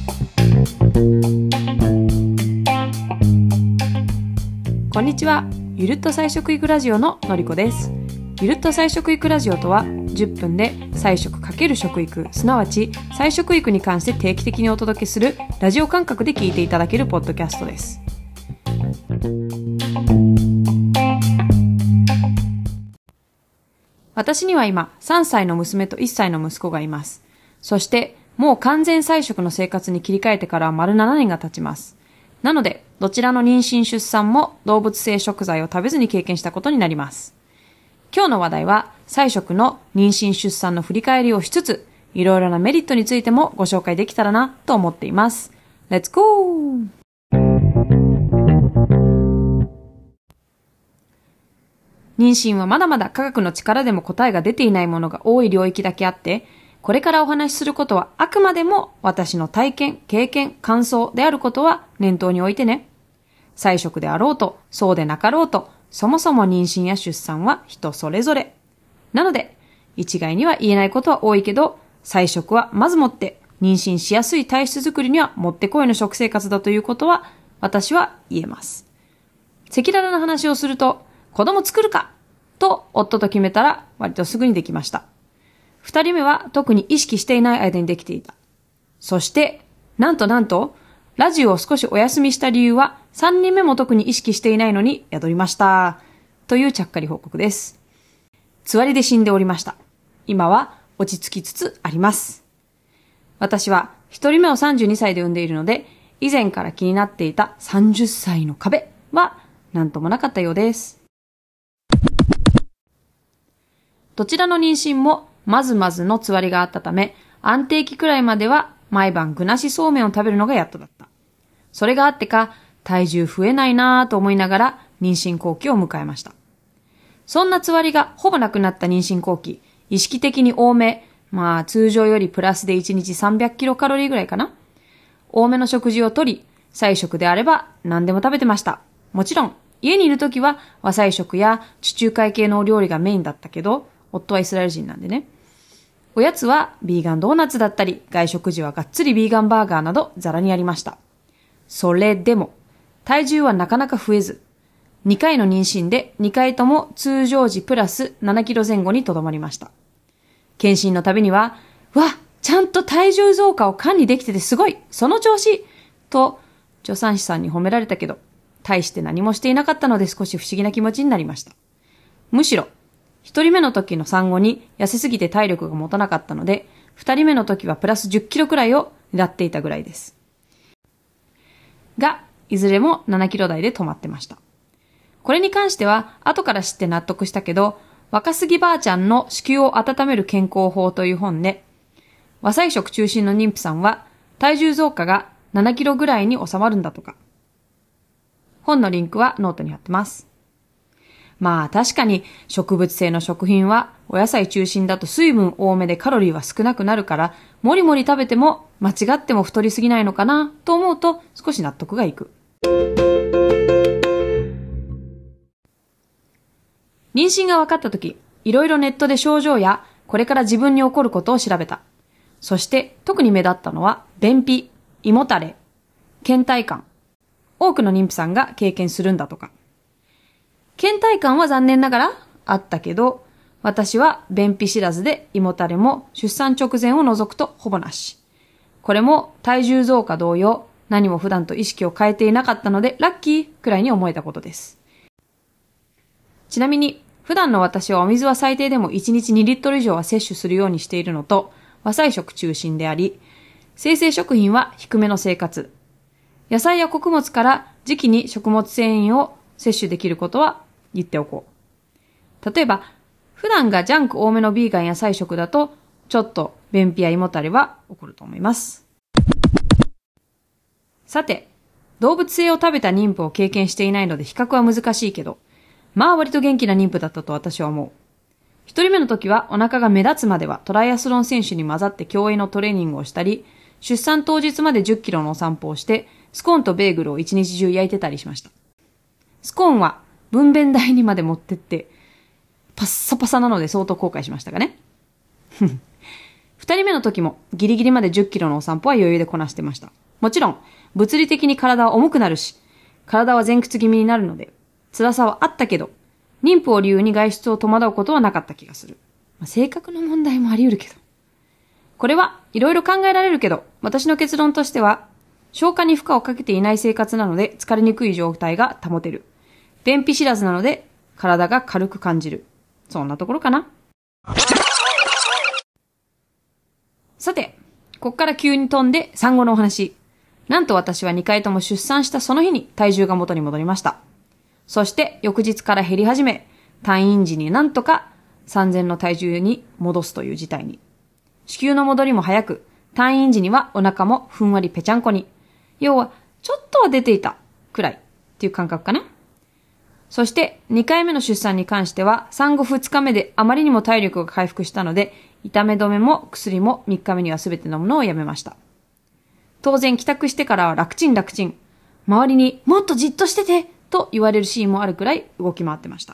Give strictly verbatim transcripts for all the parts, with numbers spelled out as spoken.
こんにちは。ゆるっと菜食育ラジオののりこです。ゆるっと菜食育ラジオとはじゅっぷんで菜食×食育、すなわち菜食育に関して定期的にお届けするラジオ感覚で聞いていただけるポッドキャストです。私には今さんさいの娘といっさいの息子がいます。そしてもう完全菜食の生活に切り替えてから丸ななねんが経ちます。なのでどちらの妊娠出産も動物性食材を食べずに経験したことになります。今日の話題は菜食の妊娠出産の振り返りをしつつ、いろいろなメリットについてもご紹介できたらなと思っています。レッツゴー！妊娠はまだまだ科学の力でも答えが出ていないものが多い領域だけあって、これからお話しすることはあくまでも私の体験、経験、感想であることは念頭に置いてね。菜食であろうと、そうでなかろうと、そもそも妊娠や出産は人それぞれ。なので、一概には言えないことは多いけど、菜食はまずもって妊娠しやすい体質づくりにはもってこいの食生活だということは私は言えます。赤裸々な話をすると、子供作るかと夫と決めたら割とすぐにできました。二人目は特に意識していない間にできていた。そして、なんとなんと、ラジオを少しお休みした理由は三人目も特に意識していないのに宿りました。というちゃっかり報告です。つわりで死んでおりました。今は落ち着きつつあります。私は一人目をさんじゅうにさいで産んでいるので、以前から気になっていたさんじゅっさいの壁はなんともなかったようです。どちらの妊娠もまずまずのつわりがあったため、安定期くらいまでは毎晩具なしそうめんを食べるのがやっとだった。それがあってか、体重増えないなぁと思いながら妊娠後期を迎えました。そんなつわりがほぼなくなった妊娠後期、意識的に多め、まあ通常よりプラスでいちにちさんびゃくキロカロリーぐらいかな。多めの食事をとり、菜食であれば何でも食べてました。もちろん、家にいるときは和菜食や地中海系のお料理がメインだったけど、夫はイスラエル人なんでね。おやつはビーガンドーナツだったり、外食時はがっつりビーガンバーガーなどザラにありました。それでも、体重はなかなか増えず、にかいの妊娠でにかいとも通常時プラスななキロぜん後にとどまりました。検診のたびには、わ、ちゃんと体重増加を管理できててすごい、その調子と助産師さんに褒められたけど、大して何もしていなかったので少し不思議な気持ちになりました。むしろ、一人目の時の産後に痩せすぎて体力が持たなかったので、二人目の時はプラスじゅっキロくらいを狙っていたぐらいです。が、いずれもななキロ台で止まってました。これに関しては後から知って納得したけど、若杉ばあちゃんの子宮を温める健康法という本で、和菜食中心の妊婦さんは体重増加がななキロぐらいに収まるんだとか。本のリンクはノートに貼ってます。まあ確かに植物性の食品はお野菜中心だと水分多めでカロリーは少なくなるから、もりもり食べても間違っても太りすぎないのかなと思うと少し納得がいく。妊娠が分かったとき、いろいろネットで症状やこれから自分に起こることを調べた。そして特に目立ったのは便秘、胃もたれ、倦怠感。多くの妊婦さんが経験するんだとか。倦怠感は残念ながらあったけど、私は便秘知らずで胃もたれも出産直前を除くとほぼなし。これも体重増加同様、何も普段と意識を変えていなかったのでラッキーくらいに思えたことです。ちなみに普段の私はお水は最低でもいちにちにリットル以上は摂取するようにしているのと、和菜食中心であり、生鮮食品は低めの生活。野菜や穀物から時期に食物繊維を摂取できることは言っておこう。例えば、普段がジャンク多めのビーガンや菜食だと、ちょっと便秘や胃もたれは起こると思います。さて、動物性を食べた妊婦を経験していないので比較は難しいけど、まあ割と元気な妊婦だったと私は思う。一人目の時はお腹が目立つまではトライアスロン選手に混ざって競泳のトレーニングをしたり、出産当日までじゅっキロのお散歩をして、スコーンとベーグルを一日中焼いてたりしました。スコーンは分娩台にまで持ってって、パッサパサなので相当後悔しましたがね。二二人目の時もギリギリまでじゅっキロのお散歩は余裕でこなしてました。もちろん、物理的に体は重くなるし、体は前屈気味になるので、辛さはあったけど、妊婦を理由に外出を戸惑うことはなかった気がする。まあ、性格の問題もあり得るけど。これはいろいろ考えられるけど、私の結論としては、消化に負荷をかけていない生活なので疲れにくい状態が保てる。便秘知らずなので体が軽く感じる。そんなところかな。さて、こっから急に飛んで産後のお話。なんと私はにかいとも出産したその日に体重が元に戻りました。そして翌日から減り始め、退院時になんとかさんぜんの体重に戻すという事態に。子宮の戻りも早く、退院時にはお腹もふんわりぺちゃんこに。要は、ちょっとは出ていたくらいっていう感覚かな。そしてにかいめの出産に関しては産後ふつかめであまりにも体力が回復したので、痛め止めも薬もみっかめにはすべて飲むのをやめました。当然帰宅してからは楽ちん楽ちん。周りにもっとじっとしててと言われるシーンもあるくらい動き回ってました。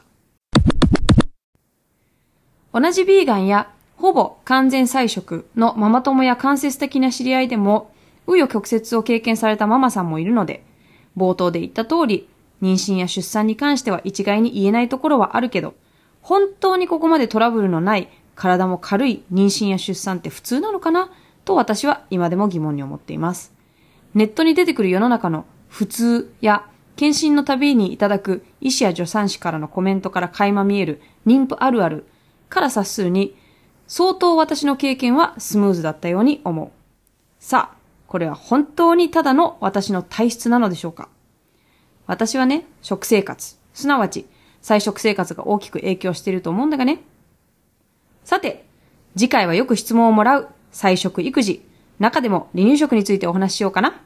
同じビーガンやほぼ完全菜食のママ友や間接的な知り合いでも紆余曲折を経験されたママさんもいるので、冒頭で言った通り、妊娠や出産に関しては一概に言えないところはあるけど、本当にここまでトラブルのない体も軽い妊娠や出産って普通なのかなと私は今でも疑問に思っています。ネットに出てくる世の中の普通や検診のたびにいただく医師や助産師からのコメントから垣間見える妊婦あるあるから察するに、相当私の経験はスムーズだったように思う。さあ、これは本当にただの私の体質なのでしょうか。私はね、食生活、すなわち菜食生活が大きく影響していると思うんだがね。さて、次回はよく質問をもらう菜食育児、中でも離乳食についてお話ししようかな。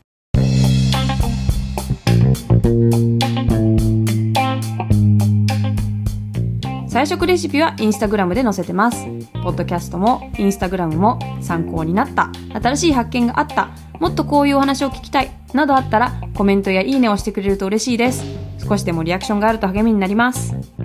菜食レシピはインスタグラムで載せてます。ポッドキャストもインスタグラムも参考になった、新しい発見があった、もっとこういうお話を聞きたいなどあったらコメントやいいねをしてくれると嬉しいです。少しでもリアクションがあると励みになります。